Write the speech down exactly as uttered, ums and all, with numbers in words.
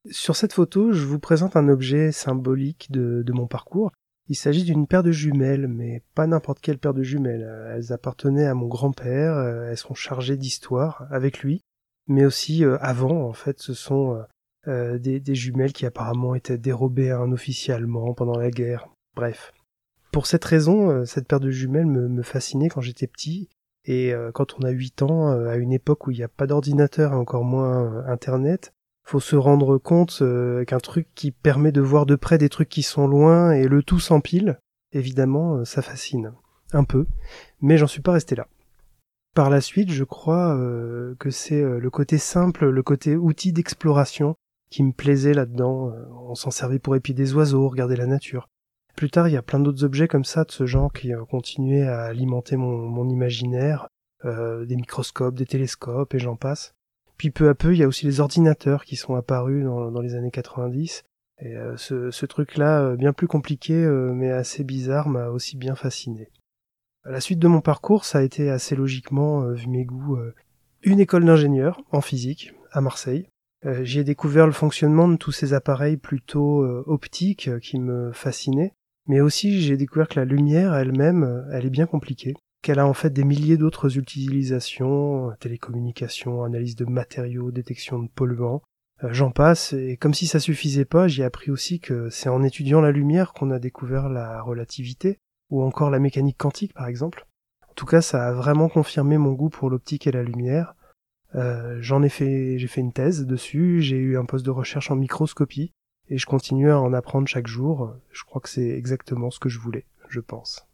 Sur cette photo, je vous présente un objet symbolique de, de mon parcours. Il s'agit d'une paire de jumelles, mais pas n'importe quelle paire de jumelles. Elles appartenaient à mon grand-père, elles sont chargées d'histoire avec lui, mais aussi euh, avant, en fait, ce sont euh, euh, des, des jumelles qui apparemment étaient dérobées à un officier allemand pendant la guerre. Bref. Pour cette raison, euh, cette paire de jumelles me, me fascinait quand j'étais petit, et euh, quand on a huit ans, euh, à une époque où il n'y a pas d'ordinateur et encore moins euh, Internet, faut se rendre compte euh, qu'un truc qui permet de voir de près des trucs qui sont loin et le tout s'empile, évidemment, euh, ça fascine. Un peu, mais j'en suis pas resté là. Par la suite, je crois euh, que c'est euh, le côté simple, le côté outil d'exploration qui me plaisait là-dedans. Euh, on s'en servait pour épier des oiseaux, regarder la nature. Plus tard, il y a plein d'autres objets comme ça, de ce genre, qui ont continué à alimenter mon, mon imaginaire, euh, des microscopes, des télescopes, et j'en passe. Puis peu à peu, il y a aussi les ordinateurs qui sont apparus dans, dans les années quatre-vingt-dix, et euh, ce, ce truc-là, euh, bien plus compliqué, euh, mais assez bizarre, m'a aussi bien fasciné. La suite de mon parcours, ça a été assez logiquement, euh, vu mes goûts, euh, une école d'ingénieur en physique, à Marseille. Euh, j'y ai découvert le fonctionnement de tous ces appareils plutôt euh, optiques euh, qui me fascinaient, mais aussi j'ai découvert que la lumière elle-même, euh, elle est bien compliquée, qu'elle a en fait des milliers d'autres utilisations, euh, télécommunications, analyse de matériaux, détection de polluants, euh, j'en passe, et comme si ça suffisait pas, j'ai appris aussi que c'est en étudiant la lumière qu'on a découvert la relativité, ou encore la mécanique quantique par exemple. En tout cas, ça a vraiment confirmé mon goût pour l'optique et la lumière. Euh, j'en ai fait, j'ai fait une thèse dessus, j'ai eu un poste de recherche en microscopie, et je continue à en apprendre chaque jour. Je crois que c'est exactement ce que je voulais, je pense.